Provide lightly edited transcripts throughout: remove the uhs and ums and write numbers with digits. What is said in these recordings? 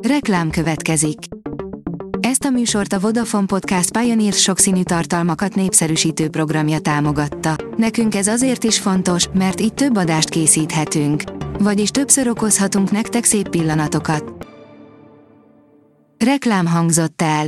Reklám következik. Ezt a műsort a Vodafone Podcast Pioneer sokszínű tartalmakat népszerűsítő programja támogatta. Nekünk ez azért is fontos, mert így több adást készíthetünk. Vagyis többször okozhatunk nektek szép pillanatokat. Reklám hangzott el.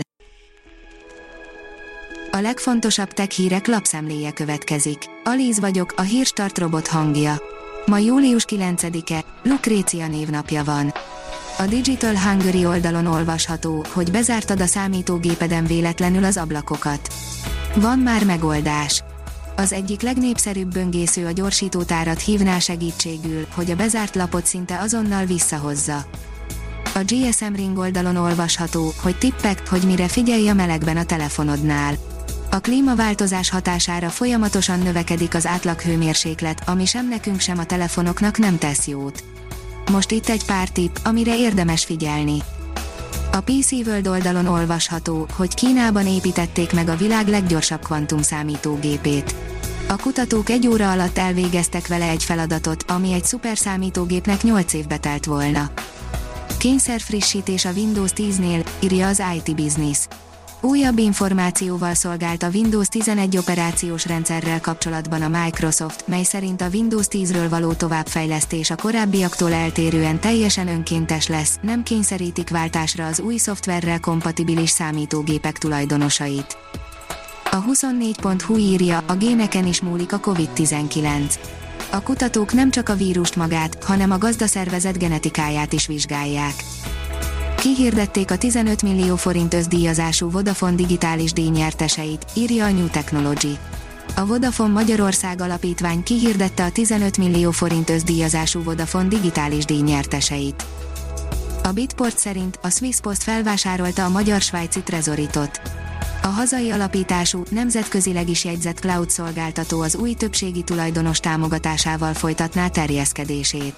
A legfontosabb tech hírek lapszemléje következik. Alíz vagyok, a Hírstart robot hangja. Ma július 9-e, Lukrécia névnapja van. A Digital Hungary oldalon olvasható, hogy bezártad a számítógépeden véletlenül az ablakokat. Van már megoldás. Az egyik legnépszerűbb böngésző a gyorsítótárat hívná segítségül, hogy a bezárt lapot szinte azonnal visszahozza. A GSM Ring oldalon olvasható, hogy tippek, hogy mire figyelj a melegben a telefonodnál. A klímaváltozás hatására folyamatosan növekedik az átlaghőmérséklet, ami sem nekünk, sem a telefonoknak nem tesz jót. Most itt egy pár tipp, amire érdemes figyelni. A PC World oldalon olvasható, hogy Kínában építették meg a világ leggyorsabb kvantumszámítógépét. A kutatók 1 óra alatt elvégeztek vele egy feladatot, ami egy szuperszámítógépnek 8 évbe telt volna. Kényszerfrissítés a Windows 10-nél, írja az IT Business. Újabb információval szolgált a Windows 11 operációs rendszerrel kapcsolatban a Microsoft, mely szerint a Windows 10-ről való továbbfejlesztés a korábbiaktól eltérően teljesen önkéntes lesz, nem kényszerítik váltásra az új szoftverrel kompatibilis számítógépek tulajdonosait. A 24.hu írja, a géneken is múlik a COVID-19. A kutatók nem csak a vírust magát, hanem a gazdaszervezet genetikáját is vizsgálják. Kihirdették a 15 millió forint összdíjazású Vodafone digitális díjnyerteseit, írja a New Technology. A Vodafone Magyarország Alapítvány kihirdette a 15 millió forint összdíjazású Vodafone digitális díjnyerteseit. A Bitport szerint a Swisspost felvásárolta a magyar-svájci Trezoritot. A hazai alapítású, nemzetközileg is jegyzett cloud szolgáltató az új többségi tulajdonos támogatásával folytatná terjeszkedését.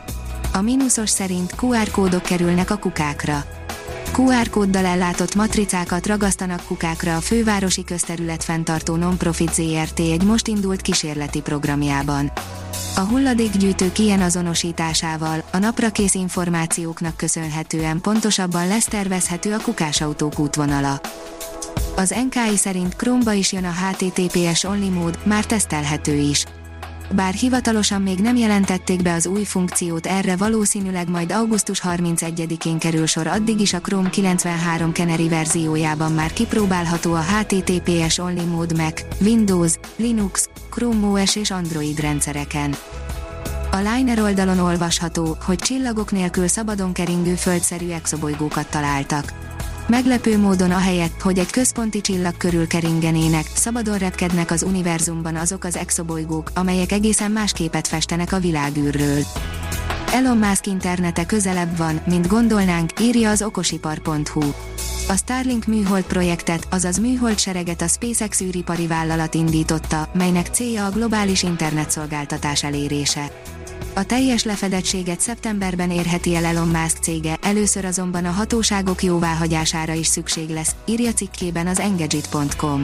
A mínuszos szerint QR kódok kerülnek a kukákra. QR kóddal ellátott matricákat ragasztanak kukákra a fővárosi közterület fenntartó non-profit ZRT egy most indult kísérleti programjában. A hulladékgyűjtők ilyen azonosításával, a naprakész információknak köszönhetően pontosabban lesz tervezhető a kukásautók útvonala. Az NKI szerint Chrome-ba is jön a HTTPS Only mód, már tesztelhető is. Bár hivatalosan még nem jelentették be az új funkciót, erre valószínűleg majd augusztus 31-én kerül sor, addig is a Chrome 93 Canary verziójában már kipróbálható a HTTPS Only mód Mac, Windows, Linux, Chrome OS és Android rendszereken. A Liner oldalon olvasható, hogy csillagok nélkül szabadon keringő földszerű exobolygókat találtak. Meglepő módon ahelyett, hogy egy központi csillag körül keringenének, szabadon repkednek az univerzumban azok az exobolygók, amelyek egészen más képet festenek a világűrről. Elon Musk internete közelebb van, mint gondolnánk, írja az okosipar.hu. A Starlink műhold projektet, azaz műholdsereget a SpaceX űripari vállalat indította, melynek célja a globális internetszolgáltatás elérése. A teljes lefedettséget szeptemberben érheti el Elon Musk cége, először azonban a hatóságok jóváhagyására is szükség lesz, írja cikkében az Engadget.com.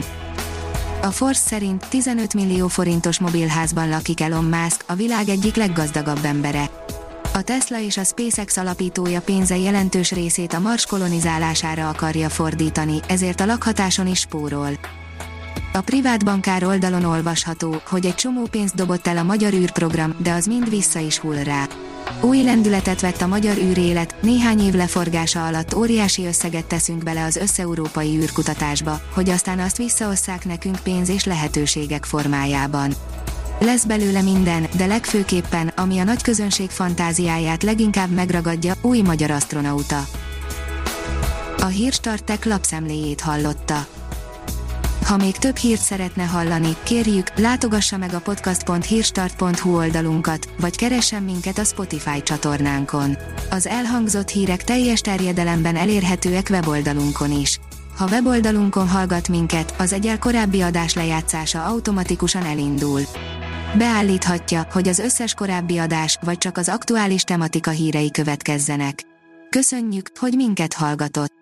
A Force szerint 15 millió forintos mobilházban lakik Elon Musk, a világ egyik leggazdagabb embere. A Tesla és a SpaceX alapítója pénze jelentős részét a Mars kolonizálására akarja fordítani, ezért a lakhatáson is spórol. A privát bankár oldalon olvasható, hogy egy csomó pénzt dobott el a magyar űrprogram, de az mind vissza is hull rá. Új lendületet vett a magyar űrélet, néhány év leforgása alatt óriási összeget teszünk bele az összeurópai űrkutatásba, hogy aztán azt visszaosszák nekünk pénz és lehetőségek formájában. Lesz belőle minden, de legfőképpen, ami a nagy közönség fantáziáját leginkább megragadja, új magyar asztronauta. A Hírstart Tech lapszemléjét hallotta. Ha még több hírt szeretne hallani, kérjük, látogassa meg a podcast.hírstart.hu oldalunkat, vagy keressen minket a Spotify csatornánkon. Az elhangzott hírek teljes terjedelemben elérhetőek weboldalunkon is. Ha weboldalunkon hallgat minket, az egyel korábbi adás lejátszása automatikusan elindul. Beállíthatja, hogy az összes korábbi adás, vagy csak az aktuális tematika hírei következzenek. Köszönjük, hogy minket hallgatott!